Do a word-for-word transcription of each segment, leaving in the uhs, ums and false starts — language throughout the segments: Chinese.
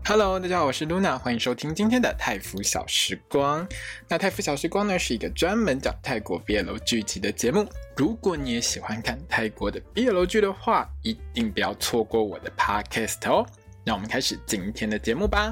Hello， 大家好，我是 Luna， 欢迎收听今天的泰服小时光。那泰服小时光呢，是一个专门讲泰国 B L 剧集的节目。如果你也喜欢看泰国的 B L 剧的话，一定不要错过我的 Podcast 哦。那我们开始今天的节目吧。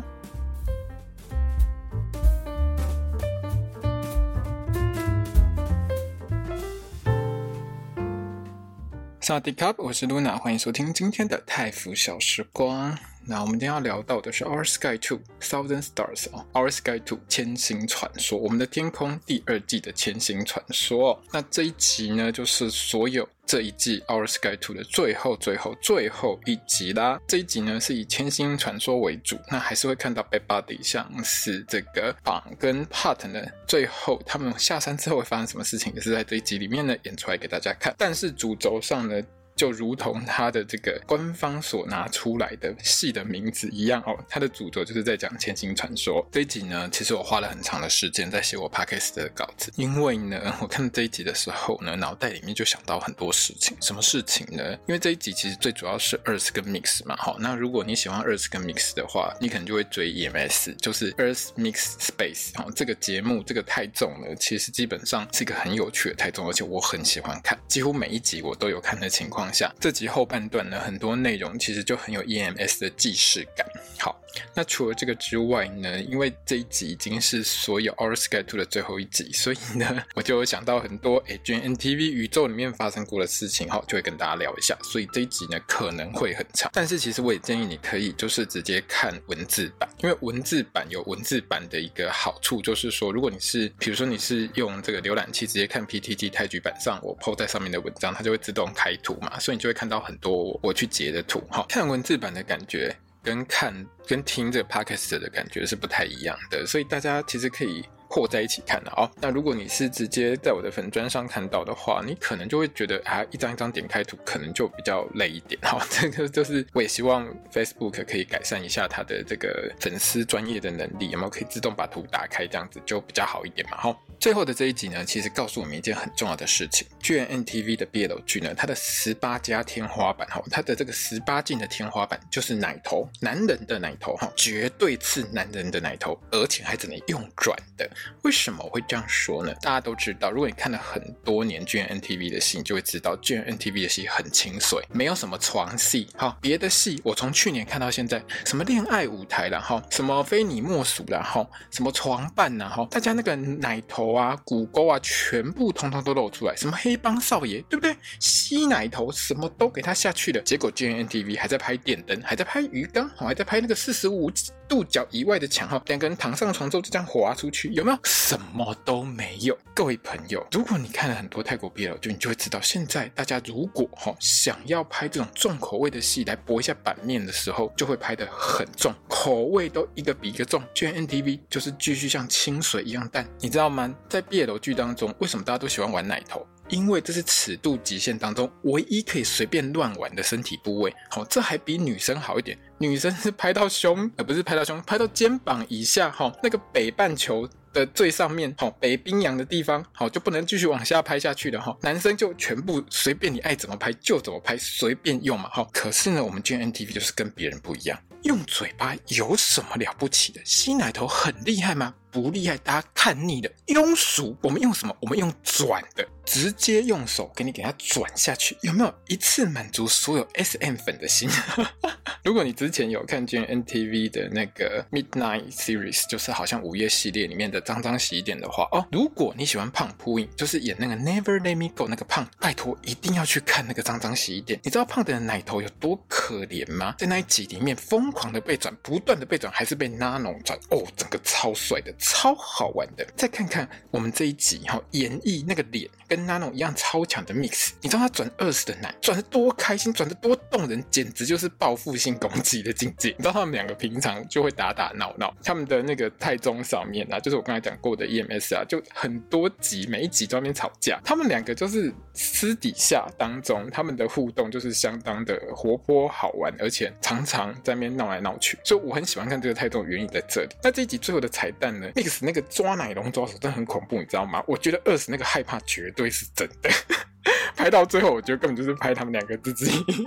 萨瓦迪卡，我是 Luna， 欢迎收听今天的泰服小时光。那我们今天要聊到的是 Our Sky 二 Thousand Stars、哦、Our Sky 二千星传说，我们的天空第二季的千星传说、哦、那这一集呢，就是所有这一季 Our Sky 二的最后最后最后一集啦。这一集呢是以千星传说为主，那还是会看到 Bad Buddy 像是这个榜跟 Part 呢，最后他们下山之后会发生什么事情，也是在这一集里面呢演出来给大家看。但是主轴上呢，就如同他的这个官方所拿出来的戏的名字一样哦，他的主轴就是在讲千星传说。这一集呢，其实我花了很长的时间在写我 Podcast 的稿子，因为呢，我看这一集的时候呢，脑袋里面就想到很多事情。什么事情呢？因为这一集其实最主要是 Earth 跟 Mix 嘛，好，那如果你喜欢 Earth 跟 Mix 的话，你可能就会追 E M S， 就是 Earth Mix Space。好，这个节目这个泰综呢，其实基本上是一个很有趣的泰综，而且我很喜欢看，几乎每一集我都有看的情况下，这集后半段呢，很多内容其实就很有 E M S 的既视感。好，那除了这个之外呢，因为这一集已经是所有 Our Sky 二的最后一集，所以呢，我就有想到很多诶 G N T V 宇宙里面发生过的事情，好，就会跟大家聊一下。所以这一集呢可能会很长，但是其实我也建议你可以就是直接看文字版，因为文字版有文字版的一个好处，就是说如果你是比如说你是用这个浏览器直接看 P T T 泰剧版上我 po 在上面的文章，它就会自动开图嘛，所以你就会看到很多我去截的图。好，看文字版的感觉跟看跟听这个 podcast 的感觉是不太一样的，所以大家其实可以和在一起看的哦。那如果你是直接在我的粉专上看到的话，你可能就会觉得啊，一张一张点开图可能就比较累一点。好，这个就是我也希望 Facebook 可以改善一下它的这个粉丝专业的能力，有没有可以自动把图打开，这样子就比较好一点嘛。好，最后的这一集呢，其实告诉我们一件很重要的事情。G N T V 的 B L 剧呢，它的十八加天花板，它的这个十八禁的天花板就是奶头，男人的奶头，绝对是男人的奶头，而且还只能用转的。为什么我会这样说呢？大家都知道，如果你看了很多年 G N T V 的戏，你就会知道 G N T V 的戏很清水，没有什么床戏。好，别的戏我从去年看到现在，什么恋爱舞台啦，什么非你莫属啦，什么床伴啦，大家那个奶头啊、骨沟啊，全部通通都露出来。什么黑帮少爷，对不对？吸奶头，什么都给他下去了。结果 G N T V 还在拍电灯，还在拍鱼缸，还在拍那个四十五度角以外的墙，两个人躺上床之后就这样滑出去，有没有？什么都没有。各位朋友，如果你看了很多泰国 B L 剧，你就会知道，现在大家如果、哦、想要拍这种重口味的戏来博一下版面的时候，就会拍得很重，口味都一个比一个重。 G N T V 就是继续像清水一样淡，你知道吗？在 B L 剧当中，为什么大家都喜欢玩奶头？因为这是尺度极限当中唯一可以随便乱玩的身体部位。好，这还比女生好一点，女生是拍到胸，而不是拍到胸，拍到肩膀以下，那个北半球的最上面，北冰洋的地方，就不能继续往下拍下去了。男生就全部随便你爱怎么拍就怎么拍，随便用嘛。可是呢，我们 G N T V 就是跟别人不一样，用嘴巴有什么了不起的？吸奶头很厉害吗？不厉害，大家看腻了。庸俗，我们用什么？我们用转的，直接用手给你给它转下去，有没有一次满足所有 S M 粉的心？如果你之前有看 G N T V 的那个 Midnight Series， 就是好像午夜系列里面的脏脏洗衣店的话，哦，如果你喜欢胖扑影，就是演那个 Never Let Me Go 那个胖，拜托一定要去看那个脏脏洗衣店。你知道胖的奶头有多可怜吗？在那一集里面疯狂的被转，不断的被转，还是被 Nano 转，哦，整个超帅的，超好玩的。再看看我们这一集演绎那个脸跟 Nano 一样超强的 Mix， 你知道他转二十的奶转得多开心，转得多动人，简直就是报复性攻击的境界。你知道他们两个平常就会打打闹闹，他们的那个泰综上面啊，就是我刚才讲过的 E M S 啊，就很多集，每一集都在那边吵架。他们两个就是私底下当中他们的互动就是相当的活泼好玩，而且常常在那边闹来闹去，所以我很喜欢看这个泰综的原因在这里。那这一集最后的彩蛋呢， Mix 那个抓奶龙抓手真的很恐怖，你知道吗？我觉得二十那个害怕绝对是真的。拍到最后我觉得根本就是拍他们两个自己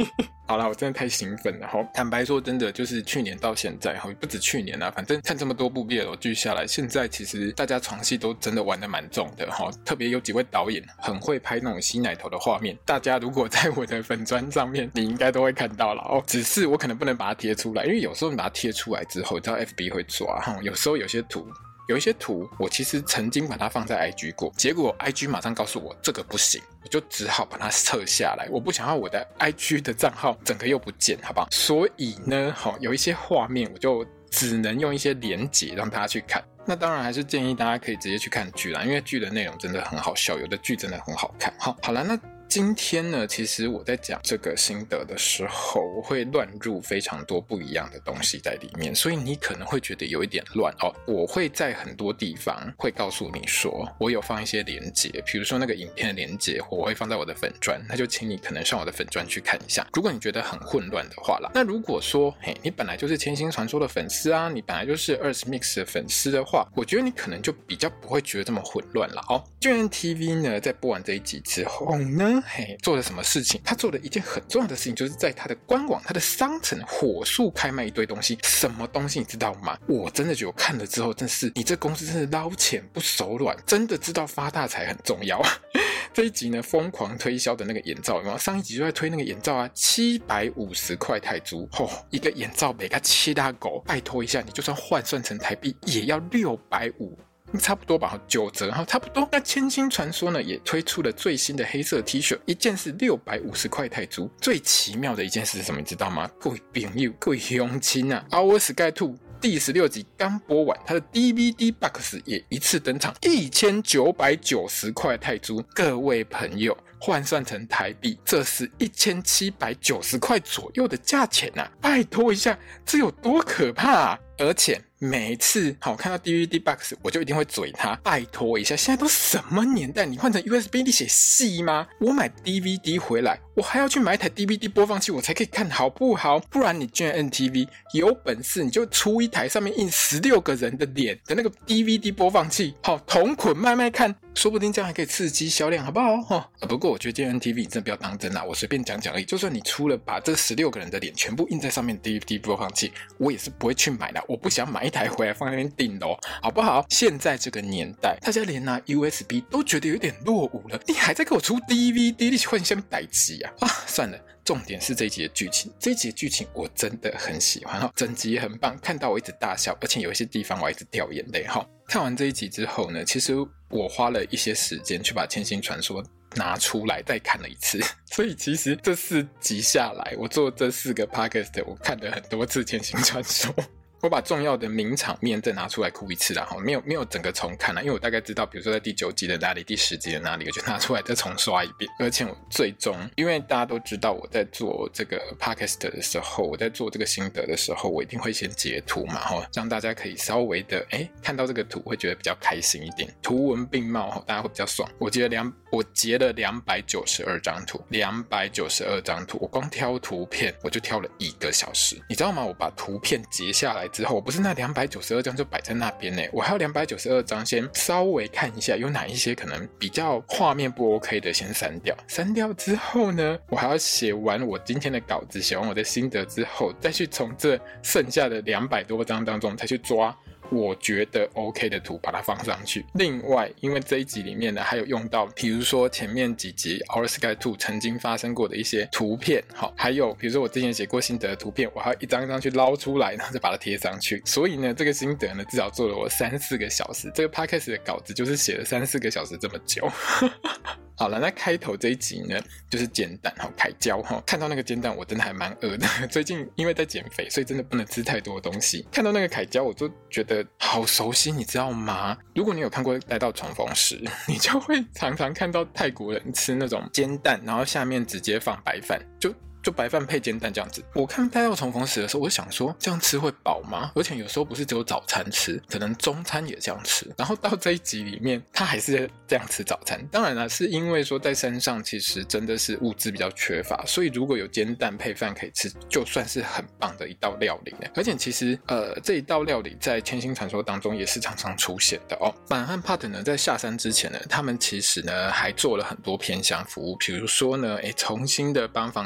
好啦，我真的太兴奋了。坦白说，真的就是去年到现在，不止去年啊，反正看这么多部 B L 剧下来，现在其实大家床戏都真的玩得蛮重的，特别有几位导演很会拍那种吸奶头的画面，大家如果在我的粉专上面，你应该都会看到了哦。只是我可能不能把它贴出来，因为有时候你把它贴出来之后，你知道 F B 会抓，有时候有些图。有一些图我其实曾经把它放在 I G 过，结果 I G 马上告诉我这个不行，我就只好把它撤下来，我不想要我的 I G 的账号整个又不见，好不好？所以呢有一些画面我就只能用一些连结让大家去看。那当然还是建议大家可以直接去看剧啦，因为剧的内容真的很好笑，有的剧真的很好看。好，好啦，那今天呢，其实我在讲这个心得的时候，我会乱入非常多不一样的东西在里面，所以你可能会觉得有一点乱哦。我会在很多地方会告诉你说，我有放一些连结，比如说那个影片的连结，我会放在我的粉专，那就请你可能上我的粉专去看一下。如果你觉得很混乱的话啦，那如果说嘿，你本来就是千星传说的粉丝啊，你本来就是 Earth Mix 的粉丝的话，我觉得你可能就比较不会觉得这么混乱了哦。G N T V 呢，在播完这一集之后呢，嘿，做了什么事情？他做了一件很重要的事情，就是在他的官网、他的商城火速开卖一堆东西。什么东西你知道吗？我真的觉得我看了之后，真是你这公司真的捞钱不手软，真的知道发大财很重要。这一集呢，疯狂推销的那个眼罩，有没有？上一集就在推那个眼罩啊，七百五十块泰铢，哦，一个眼罩每个七大狗，拜托一下，你就算换算成台币也要六百五十。差不多吧，九折，差不多。那千星传说呢，也推出了最新的黑色 T 恤，一件是六百五十块泰铢。最奇妙的一件事是什么？你知道吗？各位朋友，各位乡亲啊 ，Our Sky 二第十六集刚播完，它的 D V D Box 也一次登场，一千九百九十块泰铢。各位朋友，换算成台币，这是一千七百九十块左右的价钱啊！拜托一下，这有多可怕啊！而且每一次好看到 D V D Box 我就一定会嘴他，拜托一下，现在都什么年代，你换成 U S B 你写戏吗？我买 D V D 回来，我还要去买一台 D V D 播放器我才可以看，好不好？不然你居然 N T V 有本事你就出一台上面印十六个人的脸的那个 D V D 播放器，好同捆卖卖看，说不定这样还可以刺激销量，好不好？哦啊、不过我觉得今天 N T V 你真的不要当真啦，我随便讲讲而已。就算你出了把这十六个人的脸全部印在上面的 D V D 播放器，我也是不会去买的，我不想买一台回来放在那边顶咯，好不好？现在这个年代，大家连拿 U S B 都觉得有点落伍了，你还在给我出 D V D， 你换下面代志啊？啊，算了。重点是这一集的剧情，这一集的剧情我真的很喜欢，整集也很棒，看到我一直大笑，而且有一些地方我一直掉眼泪。看完这一集之后呢，其实我花了一些时间去把千星传说拿出来再看了一次，所以其实这四集下来，我做这四个 podcast 我看了很多次千星传说。我把重要的名场面再拿出来哭一次啦，没有没有整个重看啦，因为我大概知道，比如说在第九集的哪里，第十集的哪里，我就拿出来再重刷一遍。而且我最终，因为大家都知道我在做这个 podcast 的时候，我在做这个心得的时候，我一定会先截图嘛，让大家可以稍微的哎看到这个图会觉得比较开心一点，图文并茂，大家会比较爽。我截了两，我截了两百九十二张图，两百九十二张图，我光挑图片我就挑了一个小时，你知道吗？我把图片截下来之后，我不是那两百九十二张就摆在那边呢，我还有两百九十二张先稍微看一下有哪一些可能比较画面不 OK 的先删掉，删掉之后呢，我还要写完我今天的稿子，写完我的心得之后，再去从这剩下的两百多张当中再去抓我觉得 OK 的图把它放上去。另外因为这一集里面呢还有用到比如说前面几集 Our Sky 二曾经发生过的一些图片，好，还有比如说我之前写过心得的图片，我还要一张一张去捞出来，然后再把它贴上去。所以呢这个心得呢至少做了我三四个小时，这个 podcast 的稿子就是写了三四个小时这么久。好了，那开头这一集呢就是煎蛋凯椒，看到那个煎蛋我真的还蛮饿的，最近因为在减肥，所以真的不能吃太多东西，看到那个凯椒我就觉得好熟悉，你知道吗？如果你有看过来到重逢时，你就会常常看到泰国人吃那种煎蛋，然后下面直接放白饭，就就白饭配煎蛋这样子。我看来到重逢时的时候，我想说这样吃会饱吗？而且有时候不是只有早餐吃，可能中餐也这样吃。然后到这一集里面他还是这样吃早餐，当然啦是因为说在山上其实真的是物资比较缺乏，所以如果有煎蛋配饭可以吃，就算是很棒的一道料理了。而且其实呃这一道料理在千星传说当中也是常常出现的哦。满和 Pat 呢在下山之前呢，他们其实呢还做了很多偏乡服务，比如说呢诶重新的帮房子做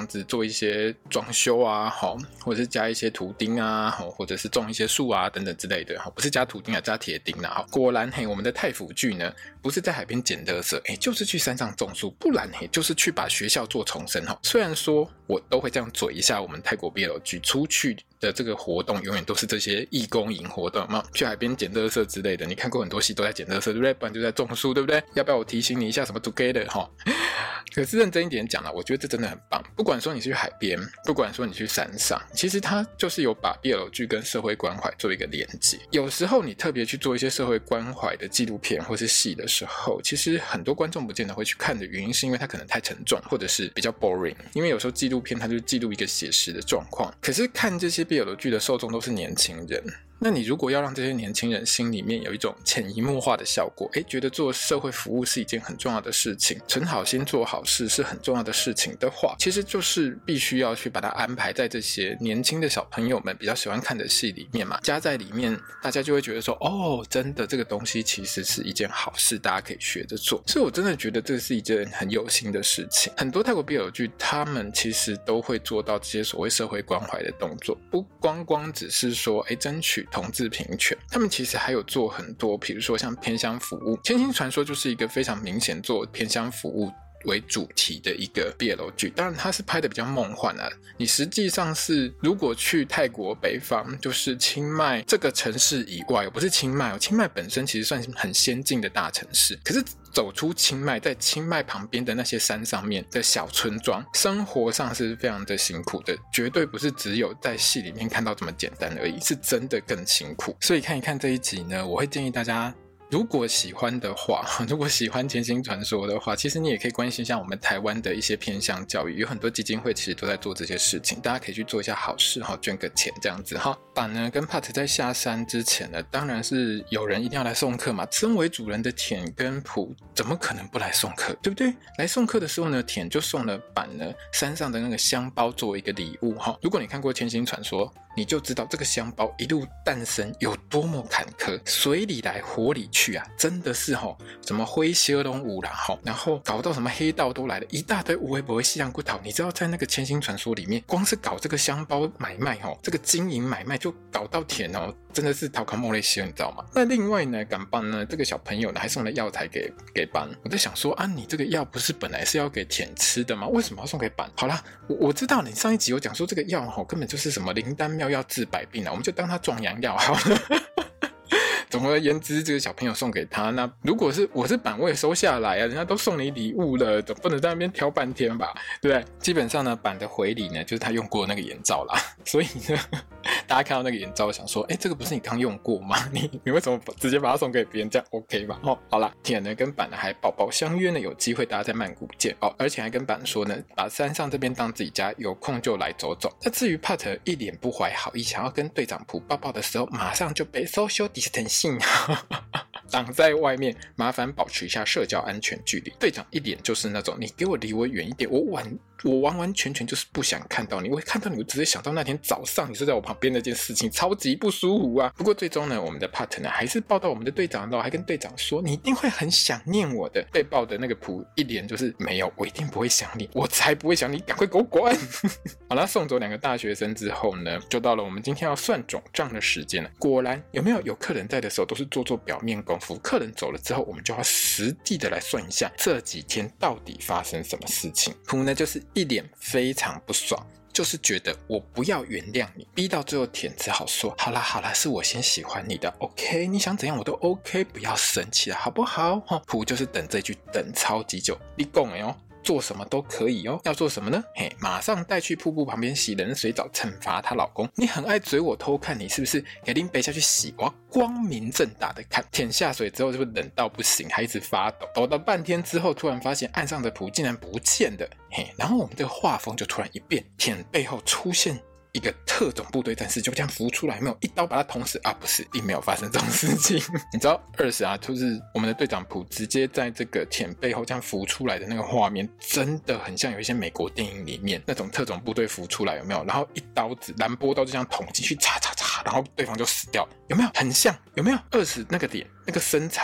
做一些装修啊，或者是加一些图钉啊，或者是种一些树啊等等之类的，不是加图钉啊，加铁钉啊。果然嘿，我们的太辅具呢，不是在海边捡垃圾，哎，就是去山上种树，不然嘿，就是去把学校做重生。虽然说我都会这样嘴一下我们泰国 B L G 出去的这个活动永远都是这些义工营活动嘛，去海边捡垃圾之类的，你看过很多戏都在捡垃圾，对不对？不然就在种树，对不对？要不要我提醒你一下什么 together 齁？可是认真一点讲啦，我觉得这真的很棒。不管说你去海边，不管说你去山上，其实它就是有把 B L G 跟社会关怀做一个连接。有时候你特别去做一些社会关怀的纪录片或是戏的时候，其实很多观众不见得会去看的原因是因为它可能太沉重，或者是比较 boring。因为有时候纪录片它就是记录一个写实的状况，可是看这些 B L G 的受众都是年轻人。那你如果要让这些年轻人心里面有一种潜移默化的效果，诶，觉得做社会服务是一件很重要的事情，存好心做好事是很重要的事情的话，其实就是必须要去把它安排在这些年轻的小朋友们比较喜欢看的戏里面嘛，加在里面，大家就会觉得说，哦，真的这个东西其实是一件好事，大家可以学着做。所以我真的觉得这是一件很有心的事情。很多泰国 B L G 他们其实都会做到这些所谓社会关怀的动作，不光光只是说，诶，争取同志平权，他们其实还有做很多，比如说像偏乡服务，千星传说就是一个非常明显做偏乡服务为主题的一个 B L G， 当然它是拍的比较梦幻啊。你实际上是如果去泰国北方，就是清迈这个城市以外，不是清迈哦，清迈本身其实算是很先进的大城市，可是走出清迈，在清迈旁边的那些山上面的小村庄，生活上是非常的辛苦的，绝对不是只有在戏里面看到这么简单而已，是真的更辛苦。所以看一看这一集呢，我会建议大家，如果喜欢的话，如果喜欢千星传说的话，其实你也可以关心一下我们台湾的一些偏乡教育，有很多基金会其实都在做这些事情，大家可以去做一下好事，捐个钱这样子。板呢跟 Pat 在下山之前呢，当然是有人一定要来送客嘛，身为主人的田跟普怎么可能不来送客，对不对？来送客的时候呢，田就送了板呢山上的那个香包作为一个礼物。如果你看过千星传说，你就知道这个香包一路诞生有多么坎坷，水里来火里去啊，真的是齁，什么灰蝎龙舞啦齁，然后搞到什么黑道都来了，一大堆无微不微西洋骨头。你知道在那个千星传说里面，光是搞这个香包买卖齁，这个经营买卖就搞到田哦，真的是桃康莫雷西，你知道吗？那另外呢，敢帮呢这个小朋友呢还送了药材给给班。我在想说啊，你这个药不是本来是要给田吃的吗？为什么要送给班？好啦，我我知道你上一集有讲说这个药齁根本就是什么灵丹妙药治百病啊，我们就当它壮阳药好了。总而言之，这个小朋友送给他，那如果是我是板，我也收下来啊，人家都送你礼物了，总不能在那边挑半天吧，对不对？基本上呢，板的回礼呢，就是他用过那个眼罩啦，所以呢，大家看到那个眼罩想说，哎，这个不是你刚用过吗？你你为什么直接把它送给别人？这样 OK 吧？哦，好啦，田呢跟板呢还宝宝相约呢，有机会大家在曼谷见哦，而且还跟板说呢，把山上这边当自己家，有空就来走走。那至于 Pat 一脸不怀好意，想要跟队长普抱抱的时候，马上就被 social distance挡在外面，麻烦保持一下社交安全距离。队长一脸就是那种，你给我离我远一点，我完我完完全全就是不想看到你，我看到你我直接想到那天早上你是在我旁边那件事情，超级不舒服啊。不过最终呢，我们的 Pat 呢还是抱到我们的队长，还跟队长说，你一定会很想念我的。被抱的那个普一脸就是没有，我一定不会想你，我才不会想你，赶快给我滚。好了，送走两个大学生之后呢，就到了我们今天要算总账的时间了。果然有没有有客人在的时候都是做做表面功夫，客人走了之后，我们就要实际的来算一下这几天到底发生什么事情。普呢就是一脸非常不爽，就是觉得我不要原谅你，逼到最后田只好说，好啦好啦，是我先喜欢你的 OK， 你想怎样我都 OK， 不要生气了好不好？普就是等这句等超级久，你讲的哦，做什么都可以哦，要做什么呢？嘿，马上带去瀑布旁边洗冷水澡，惩罚她老公。你很爱嘴我偷看你是不是？给拎杯下去洗，我要光明正大的看。舔下水之后就会冷到不行，还一直发抖，抖到半天之后，突然发现岸上的普竟然不见了。嘿，然后我们这个画风就突然一变，舔背后出现一个特种部队战士，就这样浮出来，没有一刀把他捅死啊？不是，并没有发生这种事情。你知道二十啊，就是我们的队长普直接在这个舔背后这样浮出来的那个画面，真的很像有一些美国电影里面那种特种部队浮出来，有没有？然后一刀子蓝波刀就这样捅进去，嚓嚓嚓，然后对方就死掉，有没有？很像，有没有？二十那个脸，那个身材。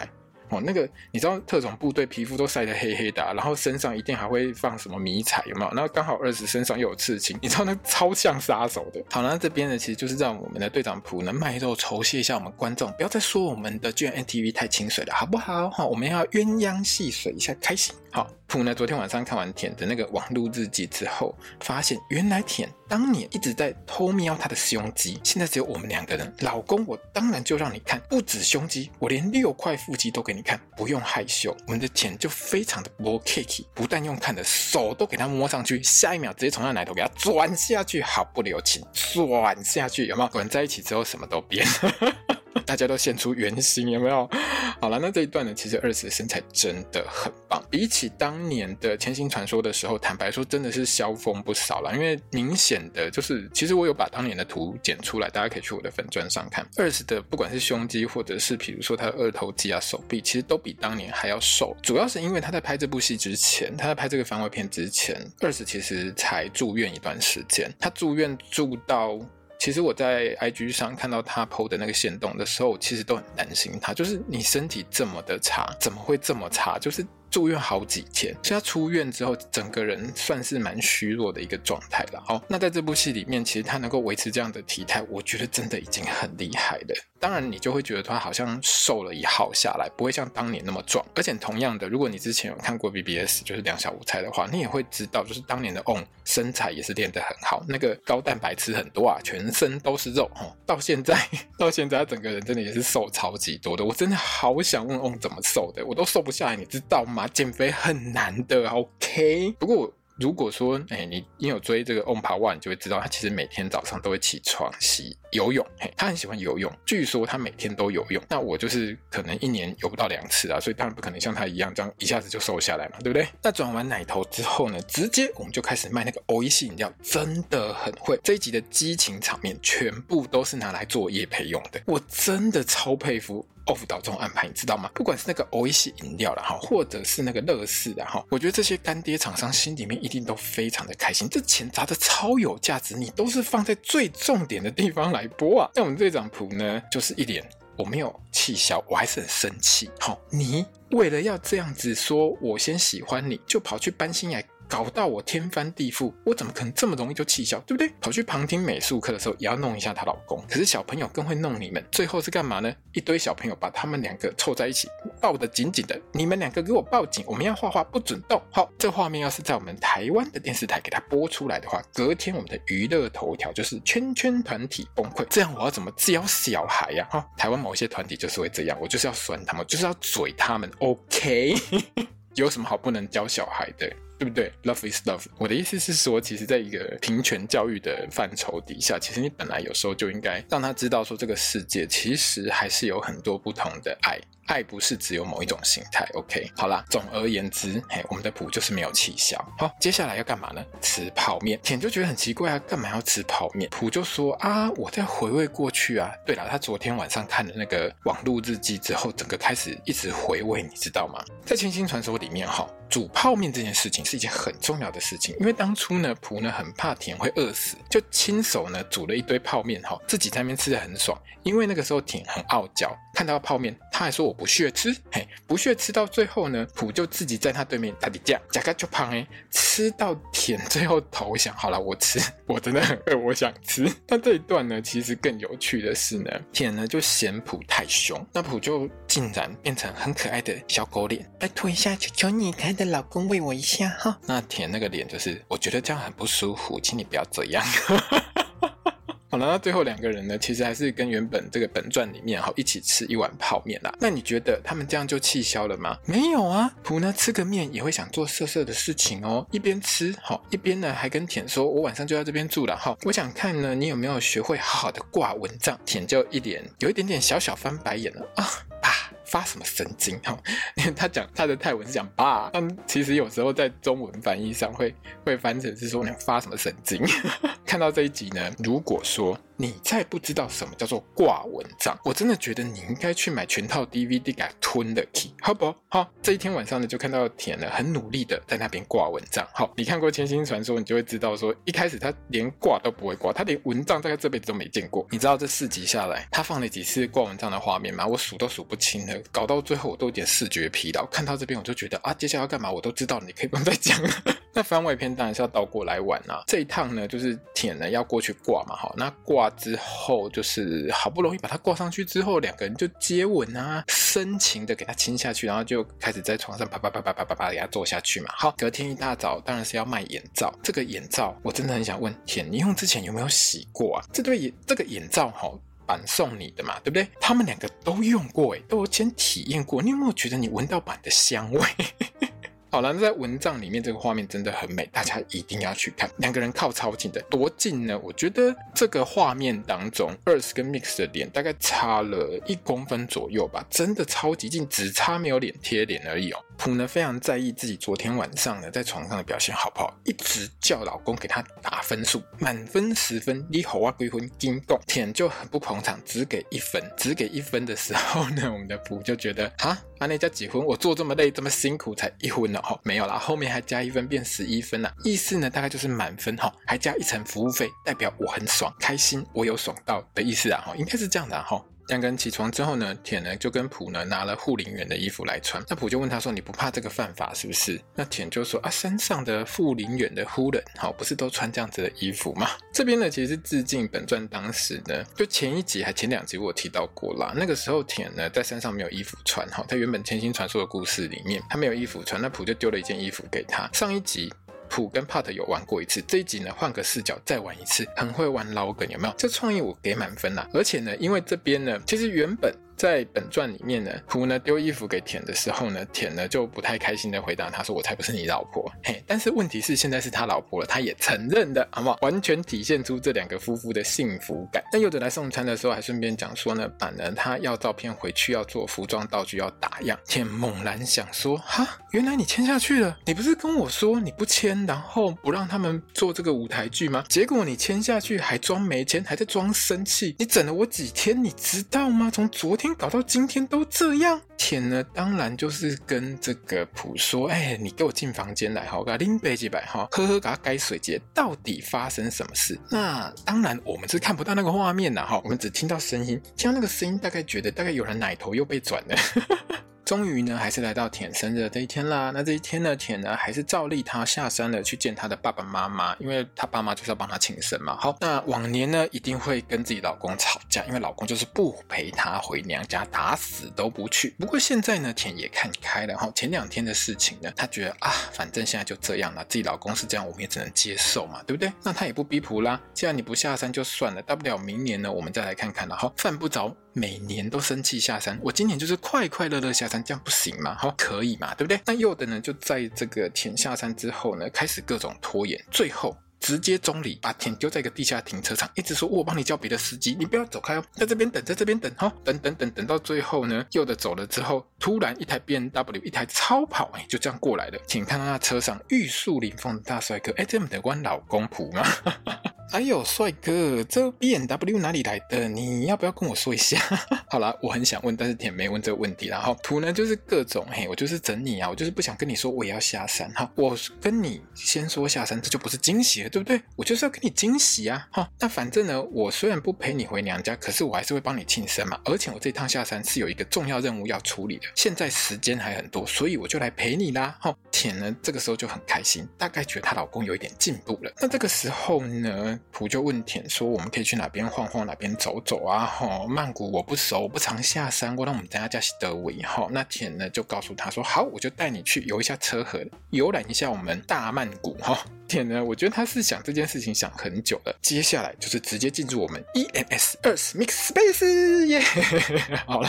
哦，那个你知道特种部队皮肤都晒得黑黑的、啊，然后身上一定还会放什么迷彩，有没有？然后刚好二十身上又有刺青，你知道那超像杀手的。好，那这边呢其实就是让我们的队长普呢卖肉酬谢一下我们观众，不要再说我们的 G M M T V 太清水了，好不好？好，我们要鸳鸯戏水一下，开心。好，普呢昨天晚上看完田的那个网路日记之后，发现原来田当年一直在偷瞄他的胸肌，现在只有我们两个人。老公，我当然就让你看，不止胸肌，我连六块腹肌都给你看，不用害羞。我们的田就非常的不 K， 不但用看的，手都给他摸上去，下一秒直接从他奶头给他转下去，毫不留情，转下去，有没有？果然在一起之后什么都变。大家都现出原形，有没有？好了，那这一段呢，其实二十的身材真的很棒，比起当年的千星传说的时候，坦白说真的是消风不少了。因为明显的就是，其实我有把当年的图剪出来，大家可以去我的粉专上看。二十的不管是胸肌，或者是比如说他的二头肌啊、手臂，其实都比当年还要瘦。主要是因为他在拍这部戏之前，他在拍这个番外片之前，二十其实才住院一段时间，他住院住到。其实我在 I G 上看到他 po 的那个限动的时候，其实都很担心他，就是你身体这么的差，怎么会这么差？就是住院好几天，所以他出院之后，整个人算是蛮虚弱的一个状态了。好，那在这部戏里面，其实他能够维持这样的体态，我觉得真的已经很厉害了。当然，你就会觉得他好像瘦了一号下来，不会像当年那么壮。而且同样的，如果你之前有看过 B B S， 就是两小无猜的话，你也会知道，就是当年的 On 身材也是练得很好，那个高蛋白吃很多啊，全身都是肉。哦、到现在，到现在他整个人真的也是瘦超级多的。我真的好想问 On 怎么瘦的，我都瘦不下来，你知道吗？减肥很难的 ，OK。不过我。如果说，哎，你你有追这个 On Power， 你就会知道，他其实每天早上都会起床洗游泳，嘿，他很喜欢游泳，据说他每天都游泳。那我就是可能一年游不到两次啊，所以当然不可能像他一样这样一下子就瘦下来嘛，对不对？那转完奶头之后呢，直接我们就开始卖那个欧一系饮料，真的很会。这一集的激情场面全部都是拿来做业配用的，我真的超佩服。off 岛这种安排，你知道吗？不管是那个欧一系饮料啦，或者是那个乐事啦，我觉得这些干爹厂商心里面一定都非常的开心，这钱砸的超有价值，你都是放在最重点的地方来播啊。那我们队长普呢，就是一脸我没有气消，我还是很生气。好，你为了要这样子说我先喜欢你，就跑去搬新来。搞到我天翻地覆，我怎么可能这么容易就气消，对不对？跑去旁听美术课的时候也要弄一下她老公，可是小朋友更会弄你们，最后是干嘛呢？一堆小朋友把他们两个凑在一起，抱得紧紧的，你们两个给我抱紧，我们要画画不准动。好，这画面要是在我们台湾的电视台给它播出来的话，隔天我们的娱乐头条就是圈圈团体崩溃，这样我要怎么教小孩呀、啊？台湾某些团体就是会这样，我就是要酸他们，就是要嘴他们 ，OK 有什么好不能教小孩的？对不对 ？Love is love。我的意思是说，其实在一个平权教育的范畴底下，其实你本来有时候就应该让他知道说，这个世界其实还是有很多不同的爱。爱不是只有某一种形态 ，OK， 好啦，总而言之，嘿，我们的普就是没有气消。好，接下来要干嘛呢？吃泡面。田就觉得很奇怪啊，干嘛要吃泡面？普就说啊，我在回味过去啊。对了，他昨天晚上看了那个网路日记之后，整个开始一直回味，你知道吗？在千星传说里面哈，煮泡面这件事情是一件很重要的事情，因为当初呢，普呢很怕田会饿死，就亲手呢煮了一堆泡面哈，自己在那边吃得很爽。因为那个时候田很傲娇，看到泡面，他还说我不屑吃，嘿，不屑吃到最后呢，普就自己在他对面他的架，夹个就胖哎，吃到田最后投降，好了，我吃，我真的很饿，我想吃。但这一段呢，其实更有趣的是呢，田呢就嫌普太凶，那普就竟然变成很可爱的小狗脸，拜托一下，求求你，可爱的老公喂我一下哈。那田那个脸就是，我觉得这样很不舒服，请你不要这样。好了，那最后两个人呢，其实还是跟原本这个本传里面一起吃一碗泡面啦。那你觉得他们这样就气消了吗？没有啊，普呢吃个面也会想做色色的事情哦，一边吃好，一边呢还跟田说，我晚上就在这边住了哈，我想看呢你有没有学会好好的挂蚊帐。田就一脸有一点点小小翻白眼了啊，爸发什么神经哈？因为他讲他的泰文是讲爸，但其实有时候在中文翻译上会会翻成是说你发什么神经。看到这一集呢，如果说你再不知道什么叫做挂蚊帐，我真的觉得你应该去买全套 D V D 给它吞了去，好不好？好，这一天晚上呢，就看到田呢很努力的在那边挂蚊帐。好，你看过《千星传说》，你就会知道说，一开始他连挂都不会挂，他连蚊帐大概这辈子都没见过。你知道这四集下来，他放了几次挂蚊帐的画面吗？我数都数不清了，搞到最后我都有点视觉疲劳。看到这边我就觉得啊，接下来要干嘛我都知道了，你可以不用再讲了。那番外篇当然是要倒过来玩啊。这一趟呢，就是田呢要过去挂嘛，好，那挂之后就是好不容易把他挂上去之后，两个人就接吻啊，深情的给他亲下去，然后就开始在床上啪啪啪啪啪啪啪给他做下去嘛。好，隔天一大早当然是要卖眼罩。这个眼罩我真的很想问田，你用之前有没有洗过啊？这对这个眼罩齁板送你的嘛，对不对？他们两个都用过耶，都有先体验过。你有没有觉得你闻到板的香味？好了，在蚊帐里面这个画面真的很美，大家一定要去看。两个人靠超近的，多近呢？我觉得这个画面当中 Earth 跟 Mix 的脸大概差了一公分左右吧，真的超级近，只差没有脸贴脸而已哦。普呢非常在意自己昨天晚上呢在床上的表现好不好，一直叫老公给他打分数，满分十分，你好啊归婚金动。田就很不捧场，只给一分，只给一分的时候呢，我们的普就觉得啊，安内加几分？我做这么累这么辛苦才一分哦，没有啦，后面还加一分变十一分啦，意思呢大概就是满分哈，还加一层服务费，代表我很爽，开心，我有爽到的意思啊，应该是这样的哈。两个人起床之后呢，田呢就跟普呢拿了护林员的衣服来穿。那普就问他说：“你不怕这个犯法是不是？”那田就说：“啊，山上的护林员的护人，好，不是都穿这样子的衣服吗？”这边呢其实是致敬本传当时呢，就前一集还前两集我有提到过啦。那个时候田呢在山上没有衣服穿，哈，在原本千星传说的故事里面，他没有衣服穿，那普就丢了一件衣服给他。上一集普跟 Pat 有玩过一次，这一集呢换个视角再玩一次，很会玩老梗，有没有？这创意我给满分啦。而且呢，因为这边呢，其实原本在本传里面呢，普呢丢衣服给田的时候呢，田呢就不太开心的回答他说：“我才不是你老婆。”嘿，但是问题是现在是他老婆了，他也承认的，好不好？完全体现出这两个夫妇的幸福感。那柚子来送餐的时候还顺便讲说呢，板呢他要照片回去要做服装道具要打样。田猛然想说：“哈，原来你签下去了，你不是跟我说你不签，然后不让他们做这个舞台剧吗？结果你签下去还装没签，还在装生气，你整了我几天，你知道吗？从昨天搞到今天都这样。”田呢当然就是跟这个普说：“哎、欸，你给我进房间来，好，给他拎杯几百，哈，喝喝给他改水节，到底发生什么事？”那当然我们是看不到那个画面啦，哈，我们只听到声音，听到那个声音大概觉得大概有人奶头又被转了。终于呢，还是来到田生日的这一天啦。那这一天呢，田呢还是照例他下山了去见他的爸爸妈妈，因为他爸妈就是要帮他庆生嘛。好，那往年呢一定会跟自己老公吵架，因为老公就是不陪他回娘家，打死都不去。不过现在呢，田也看开了哈。前两天的事情呢，他觉得啊，反正现在就这样了，自己老公是这样，我们也只能接受嘛，对不对？那他也不逼普啦，既然你不下山就算了，大不了明年呢，我们再来看看了哈。犯不着每年都生气下山，我今年就是快快乐乐下山，这样不行吗？好，可以嘛，对不对？那柚的呢，就在这个田下山之后呢，开始各种拖延，最后直接中离，把田丢在一个地下停车场，一直说我帮你叫别的司机，你不要走开哦，在这边等，在这边等，好，等等等等到最后呢，柚的走了之后，突然一台 B M W 一台超跑，哎，就这样过来了。请看到那车上玉树临风的大帅哥，哎，这不得关老公普吗？哎呦，帅哥，这 B M W 哪里来的？你要不要跟我说一下？好啦，我很想问，但是田没问这个问题。然后普呢，就是各种嘿，我就是整你啊，我就是不想跟你说我也要下山哈。我跟你先说下山，这就不是惊喜了，对不对？我就是要跟你惊喜啊哈。那反正呢，我虽然不陪你回娘家，可是我还是会帮你庆生嘛。而且我这趟下山是有一个重要任务要处理的，现在时间还很多，所以我就来陪你啦哈。田呢，这个时候就很开心，大概觉得她老公有一点进步了。那这个时候呢，普就问田说：“我们可以去哪边晃晃，哪边走走啊？哈，曼谷我不熟，我不常下山，我让我们等下家是德维哈。”那田呢就告诉他说：“好，我就带你去游一下车河，游览一下我们大曼谷哈。”田呢，我觉得他是想这件事情想很久了。接下来就是直接进入我们 E M S Earth Mix Space 耶、yeah! 好了。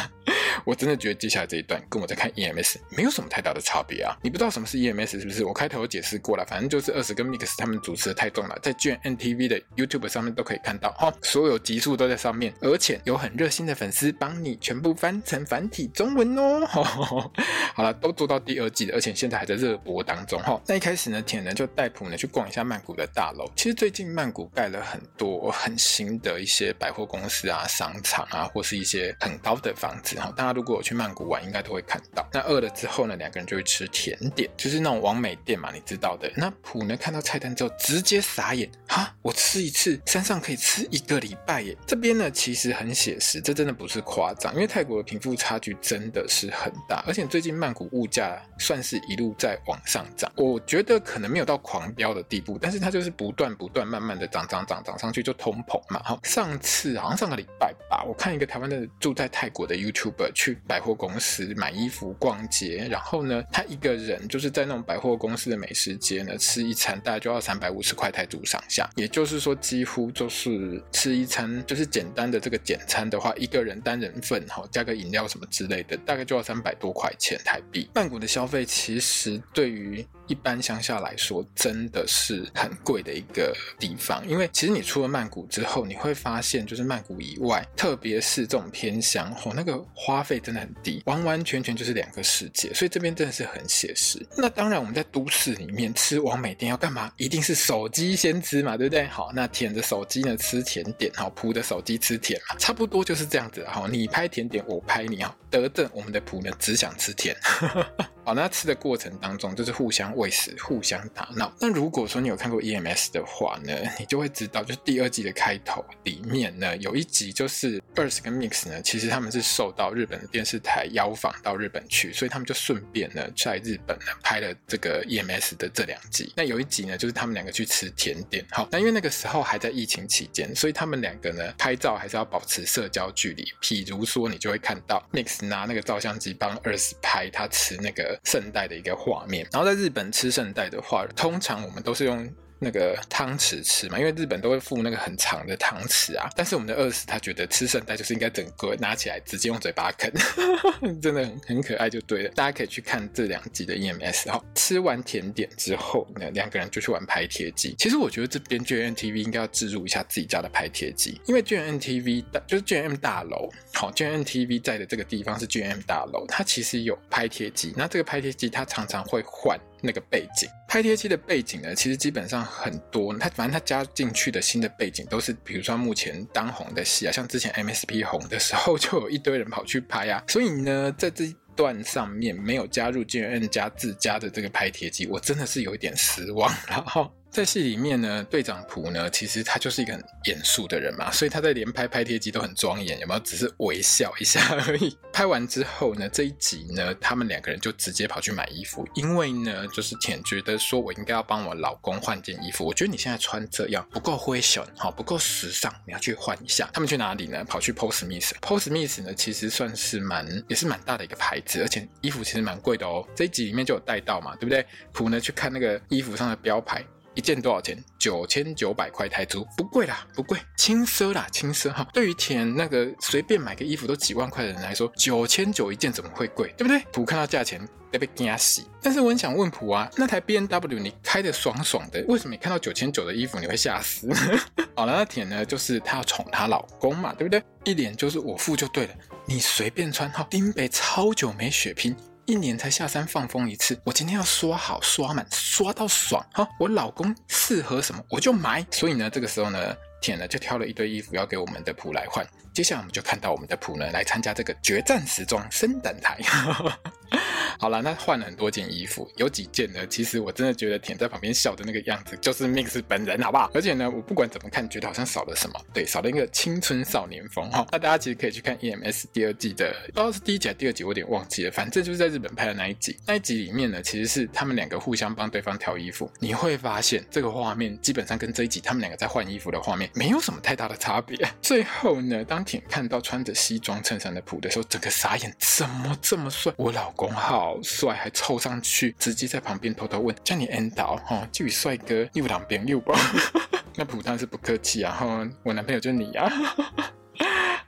我真的觉得接下来这一段跟我在看 E M S 没有什么太大的差别啊。你不知道什么是 E M S 是不是？我开头有解释过了，反正就是二十跟 Mix 他们主持的太重了，在 G N T V 的 YouTube 上面都可以看到、哦、所有集数都在上面，而且有很热心的粉丝帮你全部翻成繁体中文哦。好了，都做到第二季了，而且现在还在热播当中、哦、那一开始呢，铁呢就带普呢去逛一下曼谷的大楼。其实最近曼谷盖了很多很新的一些百货公司啊、商场啊，或是一些很高的房子、哦、大家如果有去曼谷玩应该都会看到。那饿了之后呢，两个人就会吃甜点，就是那种网美店嘛，你知道的。那普呢看到菜单之后直接傻眼，哈，我吃一次山上可以吃一个礼拜耶。这边呢其实很写实，这真的不是夸张，因为泰国的贫富差距真的是很大，而且最近曼谷物价算是一路在往上涨，我觉得可能没有到狂飙的地步，但是它就是不断不断慢慢的涨涨涨涨上去，就通膨嘛。好，上次好像上个礼拜吧，我看一个台湾的住在泰国的 YouTuber 去百货公司买衣服逛街，然后呢他一个人就是在那种百货公司的美食街呢吃一餐大概就要三百五十块泰铢上下，也就是说几乎就是吃一餐就是简单的这个简餐的话，一个人单人份加个饮料什么之类的大概就要三百多块钱台币。曼谷的消费其实对于一般乡下来说真的是很贵的一个地方，因为其实你出了曼谷之后你会发现就是曼谷以外特别是这种偏乡、哦、那个花费真的很低，完完全全就是两个世界，所以这边真的是很写实。那当然我们在都市里面吃网美店要干嘛？一定是手机先吃嘛，对不对？好，那舔着手机呢吃甜点，好，扑着手机吃甜嘛，差不多就是这样子。好，你拍甜点我拍你，好，得正我们的普呢只想吃甜。好，那吃的过程当中就是互相喂食，互相打闹。那如果说你有看过 E M S 的话呢，你就会知道就是第二季的开头里面呢有一集就是 Earth 跟 Mix 呢其实他们是受到日本的电视台邀访到日本去，所以他们就顺便呢在日本呢拍了这个 E M S 的这两集。那有一集呢就是他们两个去吃甜点。好，那因为那个时候还在疫情期间，所以他们两个呢拍照还是要保持社交距离，譬如说你就会看到 Mix 拿那个照相机帮 Earth 拍他吃那个圣代的一个画面。然后在日本吃圣代的话，通常我们都是用那个汤匙吃嘛，因为日本都会附那个很长的汤匙啊，但是我们的二十他觉得吃圣代就是应该整个拿起来直接用嘴巴啃真的 很, 很可爱就对了。大家可以去看这两集的 E M S。 好，吃完甜点之后呢，两个人就去玩拍贴机。其实我觉得这边 G N T V 应该要置入一下自己家的拍贴机，因为 G N T V 就是 G N M 大楼，好 G N T V 在的这个地方是 G N M 大楼，它其实有拍贴机，那这个拍贴机它常常会换那个背景。拍贴机的背景呢其实基本上很多，它反正它加进去的新的背景都是比如说目前当红的戏啊，像之前 M S P 红的时候就有一堆人跑去拍啊，所以呢在这段上面没有加入 G N M 加自家的这个拍贴机，我真的是有一点失望了。在戏里面呢，队长普呢其实他就是一个很严肃的人嘛，所以他在连拍拍贴机都很庄严，有没有？只是微笑一下而已。拍完之后呢，这一集呢他们两个人就直接跑去买衣服，因为呢就是田觉得说我应该要帮我老公换件衣服，我觉得你现在穿这样不够fashion，不够时尚，你要去换一下。他们去哪里呢？跑去 Paul Smith。 Paul Smith 呢其实算是蛮也是蛮大的一个牌子，而且衣服其实蛮贵的哦。这一集里面就有带到嘛，对不对？普呢去看那个衣服上的标牌，一件多少钱？九千九百块台铢，不贵啦，不贵，轻奢啦，轻奢哈。对于填那个随便买个衣服都几万块的人来说，九千九一件怎么会贵，对不对？普看到价钱被被惊死。但是我很想问普啊，那台 B M W 你开得爽爽的，为什么你看到九千九的衣服你会吓死？好了，那田呢就是她要宠她老公嘛，对不对？一脸就是我付就对了，你随便穿哈。丁北超久没血拼，一年才下山放风一次，我今天要刷好刷满刷到爽，我老公适合什么我就买。所以呢这个时候呢田呢就挑了一堆衣服要给我们的普来换。接下来我们就看到我们的普呢来参加这个决战时装升等台。好了，那换了很多件衣服，有几件呢其实我真的觉得田在旁边笑的那个样子就是 Mix 本人，好不好？而且呢我不管怎么看觉得好像少了什么，对，少了一个青春少年风。那大家其实可以去看 E M S 第二季的，不知道是第一集还是第二集我有点忘记了，反正就是在日本拍的那一集。那一集里面呢其实是他们两个互相帮对方挑衣服，你会发现这个画面基本上跟这一集他们两个在换衣服的画面没有什么太大的差别。最后呢当田看到穿着西装衬衫的普的时候，整个傻眼，怎么这么帅？我老公好帅，还凑上去直接在旁边偷偷问叫你 N 导哦，这位帅哥你有男朋友不？那普当然是不客气啊，我男朋友就是你啊。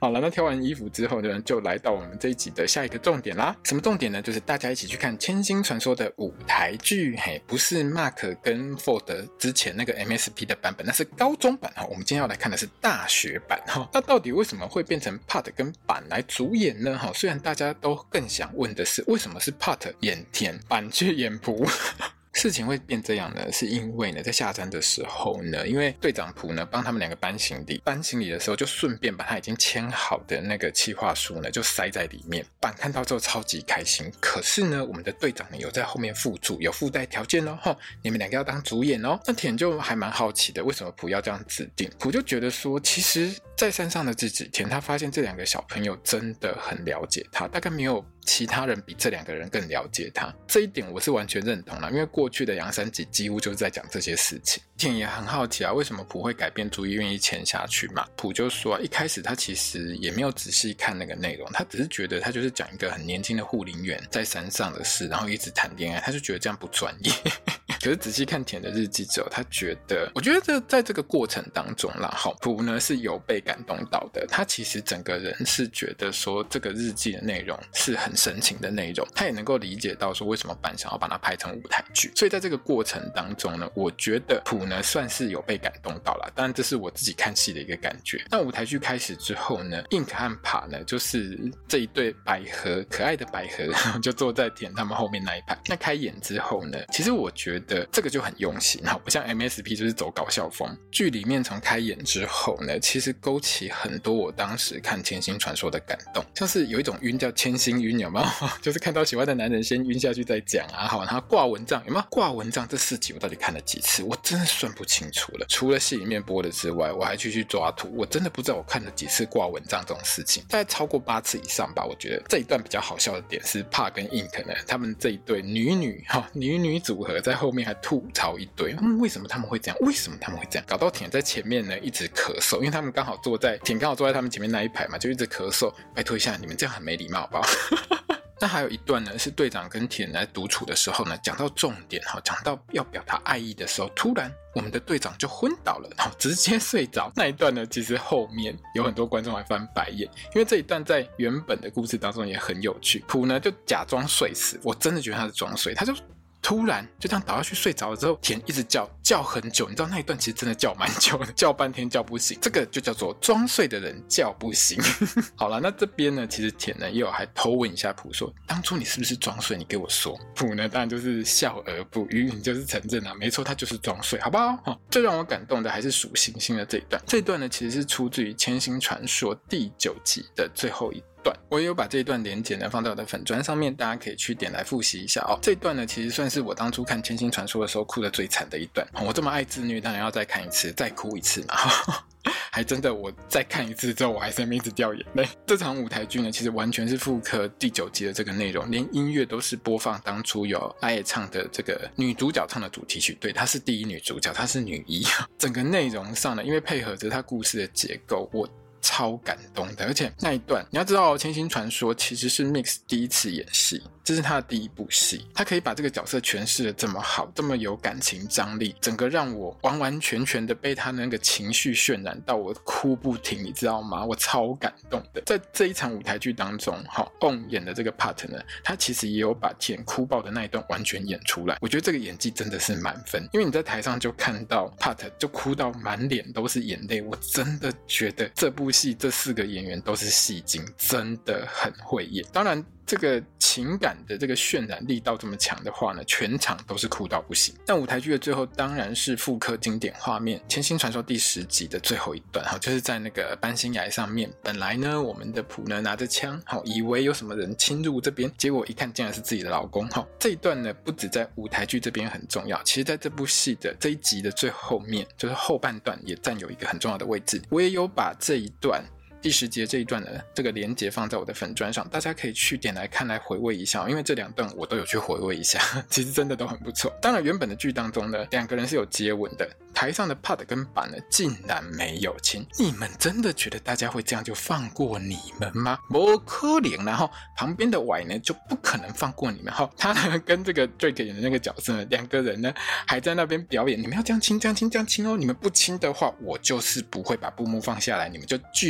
好了，那挑完衣服之后呢，就来到我们这一集的下一个重点啦。什么重点呢？就是大家一起去看《千星传说》的舞台剧，嘿，不是 Mark 跟 Ford 之前那个 M S P 的版本，那是高中版。我们今天要来看的是大学版。那到底为什么会变成 Pat 跟板来主演呢？虽然大家都更想问的是，为什么是 Pat 演田，板去演朴？事情会变这样呢，是因为呢，在下山的时候呢，因为队长朴呢帮他们两个搬行李，搬行李的时候就顺便把他已经签好的那个企划书呢就塞在里面。板看到之后超级开心，可是呢，我们的队长呢有在后面附注，有附带条件哦，吼，你们两个要当主演哦。那田就还蛮好奇的，为什么朴要这样指定？朴就觉得说，其实在山上的这几天，他发现这两个小朋友真的很了解他，大概没有其他人比这两个人更了解他，这一点我是完全认同啦，因为过去的阳山集几乎就是在讲这些事情。田也很好奇啊，为什么朴会改变主意愿意签下去嘛？朴就说啊，一开始他其实也没有仔细看那个内容，他只是觉得他就是讲一个很年轻的护林员在山上的事，然后一直谈恋爱，他就觉得这样不专业。可是仔细看田的日记之后，他觉得，我觉得这在这个过程当中啦，好，朴呢是有被感动到的。他其实整个人是觉得说，这个日记的内容是很深情的内容，他也能够理解到说为什么板想要把它拍成舞台剧。所以在这个过程当中呢，我觉得朴呢算是有被感动到啦。当然这是我自己看戏的一个感觉。那舞台剧开始之后呢 ，Ink 和 Pa 呢就是这一对百合，可爱的百合，就坐在田他们后面那一排。那开演之后呢，其实我觉得这个就很用心，不像 M S P 就是走搞笑风。剧里面从开演之后呢，其实勾起很多我当时看《千星传说》的感动，像是有一种晕叫千星晕，有没有？就是看到喜欢的男人先晕下去再讲啊，好，然后挂蚊帐，有没有？挂蚊帐这四集我到底看了几次？我真的算不清楚了。除了戏里面播的之外，我还去去抓图，我真的不知道我看了几次挂蚊帐这种事情，大概超过八次以上吧。我觉得这一段比较好笑的点是 Pa 跟 Ink 呢，他们这一对女女哈女女组合在后面还吐槽一堆，嗯，为什么他们会这样？为什么他们会这样？搞到田在前面呢一直咳嗽，因为他们刚好坐在田刚好坐在他们前面那一排嘛，就一直咳嗽。拜托一下，你们这样很没礼貌好不好？那还有一段呢，是队长跟田在独处的时候呢，讲到重点，讲到要表达爱意的时候，突然我们的队长就昏倒了，直接睡着。那一段呢，其实后面有很多观众还翻白眼，因为这一段在原本的故事当中也很有趣。朴呢就假装睡死，我真的觉得他是装睡，他就突然就这样倒下去睡着了之后，田一直叫叫很久，你知道那一段其实真的叫蛮久的，叫半天叫不醒，这个就叫做装睡的人叫不醒。好了，那这边呢，其实田呢也有还偷问一下朴说，当初你是不是装睡？你给我说。朴呢当然就是笑而不语，你就是承认啊，没错，他就是装睡，好不好？哦，最让我感动的还是数星星的这一段，这一段呢其实是出自于《千星传说》第九集的最后一段，我也有把这一段连结呢放在我的粉专上面，大家可以去点来复习一下哦。这一段呢其实算是我当初看《千星传说》的时候哭得最惨的一段，我这么爱自虐，当然要再看一次，再哭一次嘛。还真的，我再看一次之后，我还是一直掉眼泪。这场舞台剧呢，其实完全是复刻第九集的这个内容，连音乐都是播放当初有阿野唱的这个女主角唱的主题曲。对，她是第一女主角，她是女一。整个内容上呢，因为配合着她故事的结构，我超感动的。而且那一段你要知道，《千星传说》其实是 Mix 第一次演戏，这是他的第一部戏，他可以把这个角色诠释的这么好，这么有感情张力，整个让我完完全全的被他那个情绪渲染到我哭不停，你知道吗？我超感动的。在这一场舞台剧当中On 演的这个 part 呢，他其实也有把田哭爆的那一段完全演出来，我觉得这个演技真的是满分。因为你在台上就看到 part 就哭到满脸都是眼泪，我真的觉得这部戏这四个演员都是戏精，真的很会演。当然这个情感的这个渲染力道这么强的话呢，全场都是哭到不行。但舞台剧的最后当然是复刻经典画面，《千星传说》第十集的最后一段，就是在那个搬新崖上面，本来呢我们的朴呢拿着枪，以为有什么人侵入这边，结果一看竟然是自己的老公。这一段呢不止在舞台剧这边很重要，其实在这部戏的这一集的最后面，就是后半段也占有一个很重要的位置。我也有把这一段第十节这一段的这个连结放在我的粉专上，大家可以去点来看来回味一下，因为这两段我都有去回味一下，其实真的都很不错。当然原本的剧当中呢，两个人是有接吻的，台上的 Pat 跟板呢竟然没有亲，你们真的觉得大家会这样就放过你们吗？不可能。然后旁边的 Y 呢就不可能放过你们，他呢跟这个 Drake 演的那个角色呢，两个人呢还在那边表演，你们要这样亲这样亲这样亲哦，你们不亲的话我就是不会把布幕放下来，你们就继续给我亮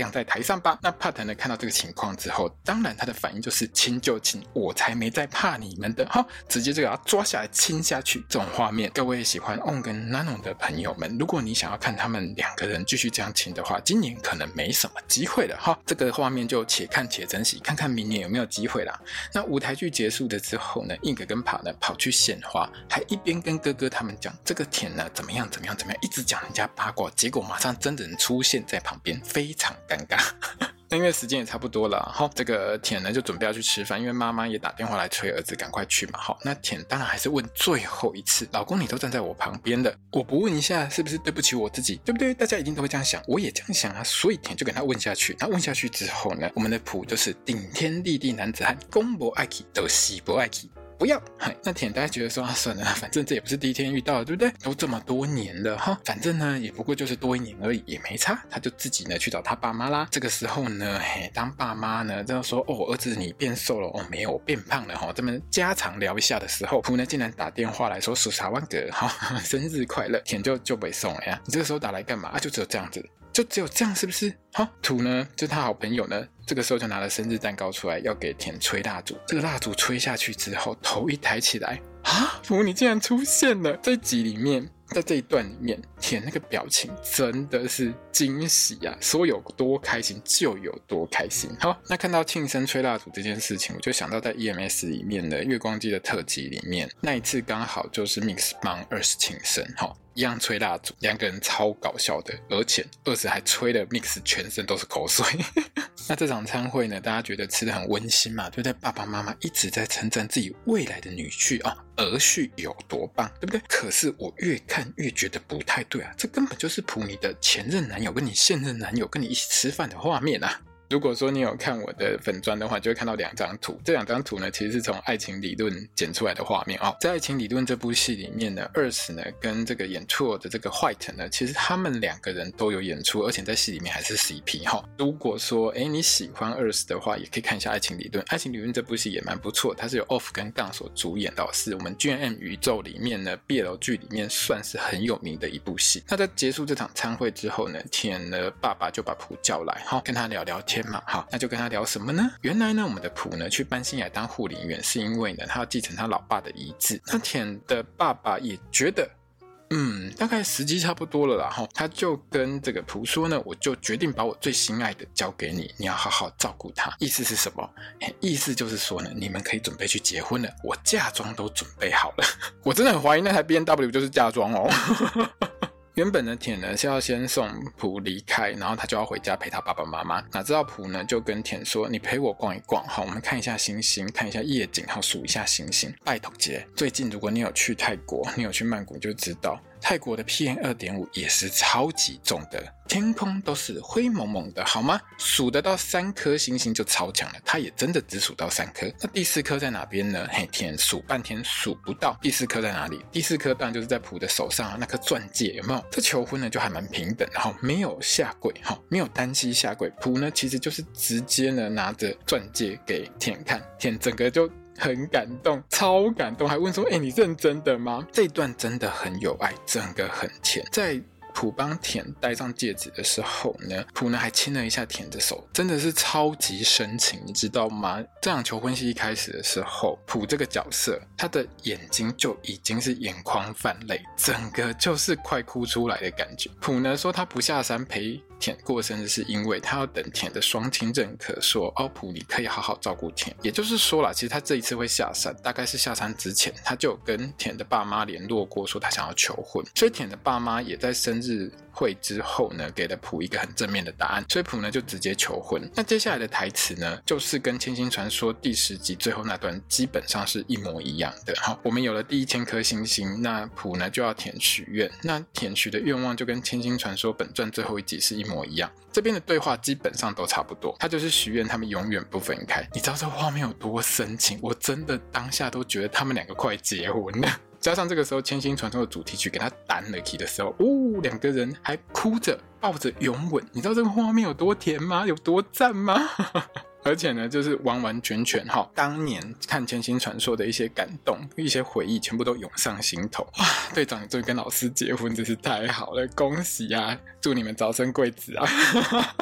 晾在台上吧。那帕腾呢看到这个情况之后，当然他的反应就是亲就亲，我才没在怕你们的哈，直接就给他抓下来亲下去。这种画面，各位喜欢 On 跟 Nano 的朋友们，如果你想要看他们两个人继续这样亲的话，今年可能没什么机会了哈。这个画面就且看且珍惜，看看明年有没有机会啦。那舞台剧结束的之后呢，印格跟帕呢跑去献花，还一边跟哥哥他们讲这个田呢怎么样怎么样怎么样，一直讲人家八卦，结果马上真人出现在旁边，非常尴尬。那因为时间也差不多了，好，这个田呢就准备要去吃饭，因为妈妈也打电话来催儿子赶快去嘛。好，那田当然还是问最后一次，老公你都站在我旁边的，我不问一下是不是对不起我自己，对不对？大家一定都会这样想，我也这样想啊，所以田就跟他问下去。那问下去之后呢，我们的普就是顶天立地男子汉，公不爱去都西不爱去。不要，那田大家觉得说啊，算了，反正这也不是第一天遇到的，对不对？都这么多年了哈，反正呢也不过就是多一年而已，也没差。他就自己呢去找他爸妈啦。这个时候呢，嘿，当爸妈呢就说哦，儿子你变瘦了哦，没有，我变胖了哈。这么家常聊一下的时候，普呢竟然打电话来说苏查万格哈，生日快乐，田就就被送了呀。你这个时候打来干嘛啊？就只有这样子。就只有这样是不是？好，土呢就他好朋友呢，这个时候就拿了生日蛋糕出来要给田吹蜡烛。这个蜡烛吹下去之后，头一抬起来，啊，土你竟然出现了！这一集里面，在这一段里面，田那个表情真的是惊喜啊，说有多开心就有多开心。好，那看到庆生吹蜡烛这件事情，我就想到在 E M S 里面的月光姬的特辑里面，那一次刚好就是 Mix 帮二十庆生，好，一样吹蜡烛，两个人超搞笑的，而且二十还吹了 Mix 全身都是口水。那这场餐会呢，大家觉得吃得很温馨嘛，对不对？爸爸妈妈一直在称赞自己未来的女婿啊，儿婿有多棒，对不对？可是我越看越觉得不太对啊，这根本就是普你的前任男友跟你现任男友跟你一起吃饭的画面啊。如果说你有看我的粉专的话，就会看到两张图。这两张图呢，其实是从爱情理论剪出来的画面哦。在爱情理论这部戏里面呢 ，Earth 呢跟这个演 Tour 的这个 White 呢，其实他们两个人都有演出，而且在戏里面还是 C P 哈、哦。如果说哎你喜欢 Earth 的话，也可以看一下爱情理论。爱情理论这部戏也蛮不错，它是由 Off 跟杠所主演的，是我们 G M M 宇宙里面呢 B L 剧里面算是很有名的一部戏。那在结束这场餐会之后呢，田呢爸爸就把普叫来哈、哦，跟他聊聊天。好，那就跟他聊什么呢？原来呢，我们的普呢去搬新来当护理员，是因为呢他要继承他老爸的遗志。那田的爸爸也觉得，嗯，大概时机差不多了啦哈，他就跟这个普说呢，我就决定把我最心爱的交给你，你要好好照顾他。意思是什么？意思就是说呢，你们可以准备去结婚了，我嫁妆都准备好了。我真的很怀疑那台 B M W 就是嫁妆哦。原本呢，田呢是要先送普离开，然后他就要回家陪他爸爸妈妈。哪知道普呢就跟田说：“你陪我逛一逛，好，我们看一下星星，看一下夜景，好，数一下星星。拜托姐，最近如果你有去泰国，你有去曼谷，就知道泰国的 P M 二点五 也是超级重的，天空都是灰蒙蒙的，好吗？数得到三颗星星就超强了，他也真的只数到三颗。那第四颗在哪边呢？嘿，田数半天数不到，第四颗在哪里？第四颗当然就是在普的手上啊，那颗钻戒有没有？这求婚呢就还蛮平等，然后没有下跪，没有单膝下跪，普呢其实就是直接呢拿着钻戒给田看，田整个就很感动，超感动，还问说：“哎、欸，你认真的吗？”这一段真的很有爱，整个很甜。在普帮田戴上戒指的时候呢，普呢还亲了一下田的手，真的是超级深情，你知道吗？这场求婚戏一开始的时候，普这个角色他的眼睛就已经是眼眶泛泪，整个就是快哭出来的感觉。普呢说他不下山陪田过生日是因为他要等田的双亲认可说，哦，普你可以好好照顾田。也就是说啦，其实他这一次会下山，大概是下山之前他就有跟田的爸妈联络过，说他想要求婚，所以田的爸妈也在生日会之后呢给了普一个很正面的答案，所以普呢就直接求婚。那接下来的台词呢就是跟千星传说第十集最后那段基本上是一模一样的。好，我们有了第一千颗星星，那普呢就要田许愿，那田许的愿望就跟千星传说本传最后一集是一模一样，这边的对话基本上都差不多，他就是许愿他们永远不分开。你知道这画面有多深情，我真的当下都觉得他们两个快结婚了。加上这个时候千星传说的主题曲给他弹了 key 的时候，哦，两个人还哭着抱着拥吻，你知道这个画面有多甜吗？有多赞吗？而且呢就是完完全全哈，当年看千星传说的一些感动一些回忆全部都涌上心头。哇，队长终于跟老师结婚真是太好了，恭喜啊，祝你们早生贵子啊。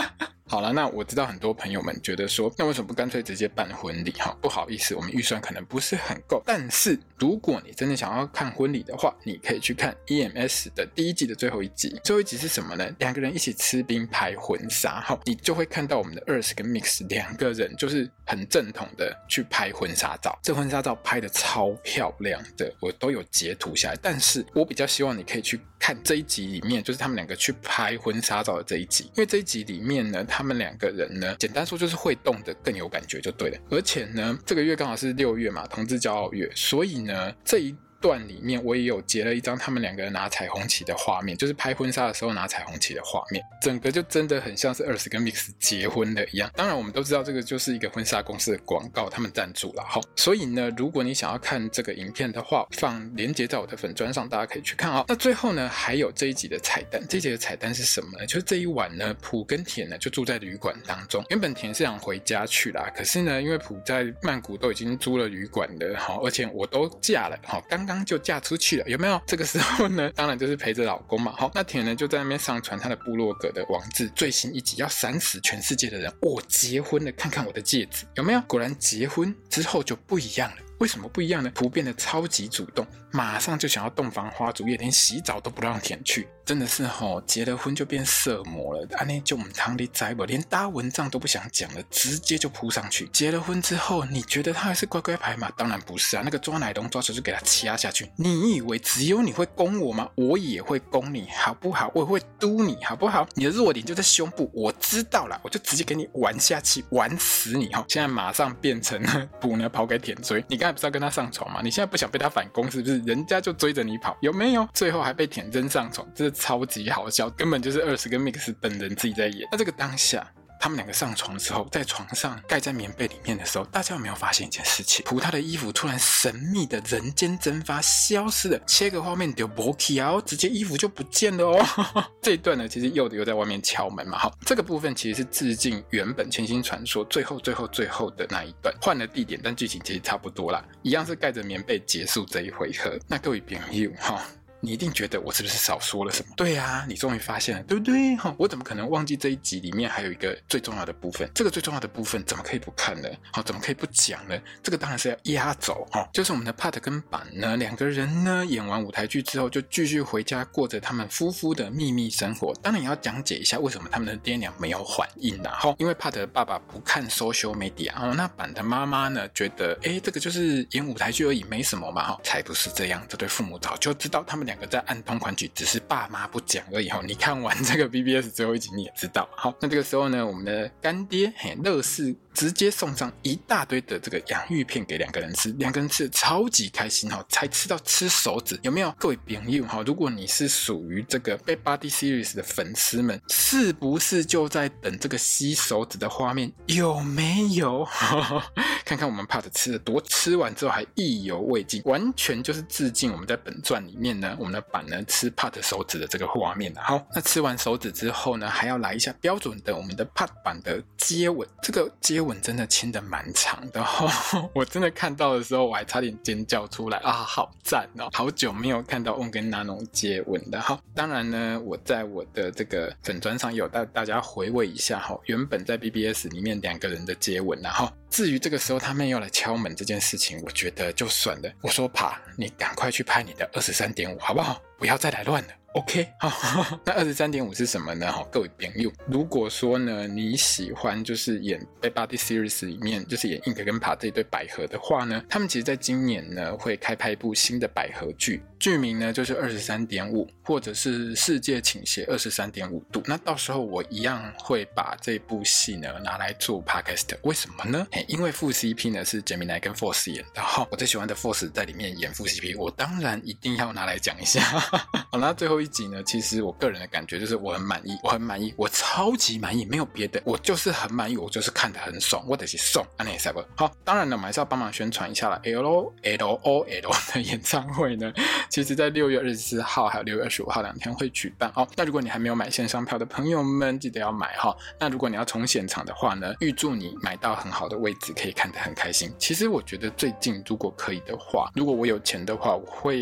好了，那我知道很多朋友们觉得说，那为什么不干脆直接办婚礼？不好意思，我们预算可能不是很够，但是如果你真的想要看婚礼的话，你可以去看 E M S 的第一季的最后一集。最后一集是什么呢？两个人一起吃冰拍婚纱，你就会看到我们的 Earth 跟 Mix 两个人就是很正统的去拍婚纱照，这婚纱照拍的超漂亮的，我都有截图下来。但是我比较希望你可以去看这一集里面，就是他们两个去拍婚纱照的这一集，因为这一集里面呢，他们两个人呢，简单说就是会动的更有感觉就对了。而且呢，这个月刚好是六月嘛，同志骄傲月，所以呢，这一段里面我也有截了一张他们两个人拿彩虹旗的画面，就是拍婚纱的时候拿彩虹旗的画面，整个就真的很像是 Earth 跟 Mix 结婚的一样。当然我们都知道这个就是一个婚纱公司的广告，他们赞助啦。所以呢，如果你想要看这个影片的话，放连结在我的粉专上，大家可以去看哦。那最后呢，还有这一集的彩蛋，这一集的彩蛋是什么呢？就是这一晚呢，普跟田呢就住在旅馆当中。原本田是想回家去啦，可是呢，因为普在曼谷都已经租了旅馆了，而且我都嫁了，刚刚就嫁出去了，有没有？这个时候呢，当然就是陪着老公嘛。好，那田呢就在那边上传他的部落格的网志，最新一集要闪死全世界的人，我结婚了，看看我的戒指，有没有？果然结婚之后就不一样了。为什么不一样呢？普变得超级主动，马上就想要洞房花烛夜，连洗澡都不让田去，真的是吼，结了婚就变色魔了，安内就唔汤里栽吧，连搭蚊帐都不想讲了，直接就扑上去。结了婚之后，你觉得他还是乖乖牌吗？当然不是啊，那个抓奶龙抓手就给他掐下去。你以为只有你会攻我吗？我也会攻你，好不好？我也会嘟你，好不好？你的弱点就在胸部，我知道了，我就直接给你玩下去，玩死你哈！现在马上变成了普呢跑给田追，你刚才不是要跟他上床吗？你现在不想被他反攻是不是？人家就追着你跑，有没有？最后还被田真上床，这是超级好笑，根本就是 Earth 跟 Mix 本人自己在演。那这个当下他们两个上床的时候，在床上盖在棉被里面的时候，大家有没有发现一件事情？普他的衣服突然神秘的人间蒸发消失了，切个画面就没去啊，直接衣服就不见了哦。这一段呢，其实柚子又在外面敲门嘛。好，这个部分其实是致敬原本千星传说最后最后最后的那一段，换了地点，但剧情其实差不多啦，一样是盖着棉被结束这一回合。那各位朋友哈。你一定觉得我是不是少说了什么？对啊，你终于发现了，对不对？我怎么可能忘记这一集里面还有一个最重要的部分？这个最重要的部分怎么可以不看呢？怎么可以不讲呢？这个当然是要压轴，就是我们的 Pat 跟板呢两个人呢演完舞台剧之后就继续回家过着他们夫妇的秘密生活。当然也要讲解一下为什么他们的爹娘没有反应啦，因为 Pat 的爸爸不看 social media， 那板的妈妈呢觉得诶这个就是演舞台剧而已，没什么嘛。才不是这样，这对父母早就知道他们两个在暗通款曲，只是爸妈不讲而已。你看完这个 B B S 最后一集你也知道。好，那这个时候呢，我们的干爹乐视直接送上一大堆的这个洋芋片给两个人吃，两个人吃的超级开心，才吃到吃手指，有没有？各位朋友，如果你是属于这个 Bad Body Series 的粉丝们，是不是就在等这个吸手指的画面？有没有？看看我们 Pat 吃的多，吃完之后还意犹未尽，完全就是致敬我们在本传里面呢，我们的板呢吃 Pat 手指的这个画面。好，那吃完手指之后呢，还要来一下标准的我们的 Pat 版的接吻，这个接吻真的亲得蛮长的，哦，我真的看到的时候我还差点尖叫出来啊，好赞哦！好久没有看到翁跟娜农接吻的。好，当然呢，我在我的这个粉专上有带大家回味一下原本在 B B S 里面两个人的接吻啦。至于这个时候他妹要来敲门这件事情，我觉得就算了。我说爬，你赶快去拍你的 二十三点五 好不好？不要再来乱了。OK， 好，那 二十三点五 是什么呢？各位朋友，如果说呢你喜欢就是演 Bad Body Series 里面就是演 Ink 跟 Pa 这一对百合的话呢，他们其实在今年呢会开拍一部新的百合剧，剧名呢就是 二十三点五 或者是世界倾斜 二十三点五 度。那到时候我一样会把这部戏呢拿来做 Podcast， 为什么呢？因为副 C P 呢是 Gemini 跟 Force 演的，我最喜欢的 Force 在里面演副 C P， 我当然一定要拿来讲一下。好，那最后一集呢，其实我个人的感觉就是我很满意，我很满意，我超级满意，没有别的，我就是很满意，我就是看得很爽，我就是爽，这样可以吗？好，当然呢，我们还是要帮忙宣传一下啦 L L O L 的演唱会呢，其实在六月二十四号还有六月二十五号两天会举办哦。那如果你还没有买线上票的朋友们，记得要买哈。那如果你要冲现场的话呢，预祝你买到很好的位置，可以看得很开心。其实我觉得最近如果可以的话，如果我有钱的话，我会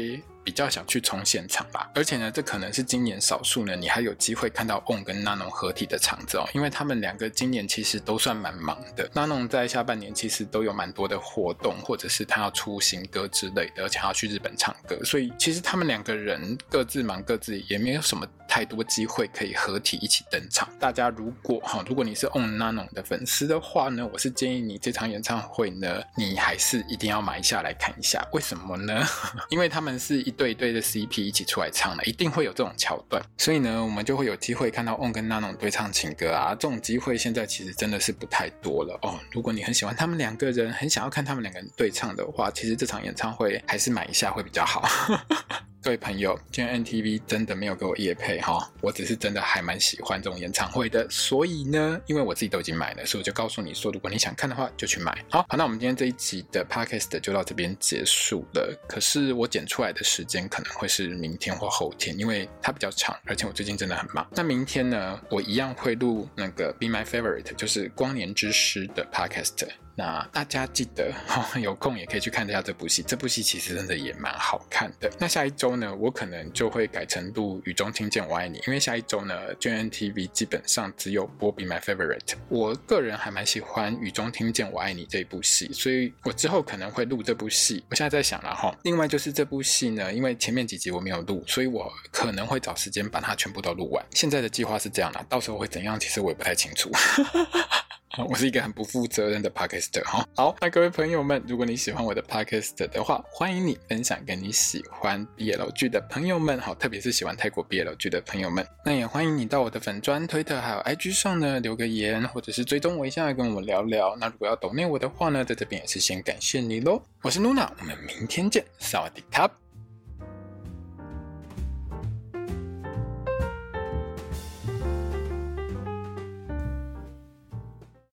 比较想去冲现场啦。而且呢，这可能是今年少数呢，你还有机会看到 On 跟 Nanon 合体的场子哦，因为他们两个今年其实都算蛮忙的。Nanon 在下半年其实都有蛮多的活动，或者是他要出新歌之类的，而且还要去日本唱歌，所以其实他们两个人各自忙各自，也没有什么太多机会可以合体一起登场。大家如果如果你是 On Nanon 的粉丝的话呢，我是建议你这场演唱会呢，你还是一定要买下来看一下。为什么呢？因为他们是一对一对的 C P 一起出来唱的，一定会有这种桥段，所以呢，我们就会有机会看到 On 跟 Nanon 对唱情歌啊。这种机会现在其实真的是不太多了哦。如果你很喜欢他们两个人，很想要看他们两个人对唱的话，其实这场演唱会还是买一下会比较好。各位朋友，今天 N T V 真的没有给我业配哈，我只是真的还蛮喜欢这种演唱会的，所以呢，因为我自己都已经买了，所以我就告诉你说，如果你想看的话，就去买。好，好，那我们今天这一集的 Podcast 就到这边结束了。可是我剪出来的时间可能会是明天或后天，因为它比较长，而且我最近真的很忙。那明天呢，我一样会录那个 Be My Favorite， 就是光年之诗的 Podcast。那大家记得、哦、有空也可以去看一下这部戏，这部戏其实真的也蛮好看的。那下一周呢，我可能就会改成录雨中听见我爱你，因为下一周呢 J N T V 基本上只有播 Be My Favorite。 我个人还蛮喜欢雨中听见我爱你这一部戏，所以我之后可能会录这部戏。我现在在想啦齁，另外就是这部戏呢，因为前面几集我没有录，所以我可能会找时间把它全部都录完。现在的计划是这样啦，到时候会怎样其实我也不太清楚。我是一个很不负责任的 podcaster 哈。好，那各位朋友们，如果你喜欢我的 podcast 的话，欢迎你分享给你喜欢 B L 剧的朋友们，好，特别是喜欢泰国 B L 剧的朋友们。那也欢迎你到我的粉专、推特还有 I G 上呢留个言，或者是追踪我一下，跟我们聊聊。那如果要抖内我的话呢，在这边也是先感谢你咯。我是 Luna， 我们明天见，萨瓦迪卡。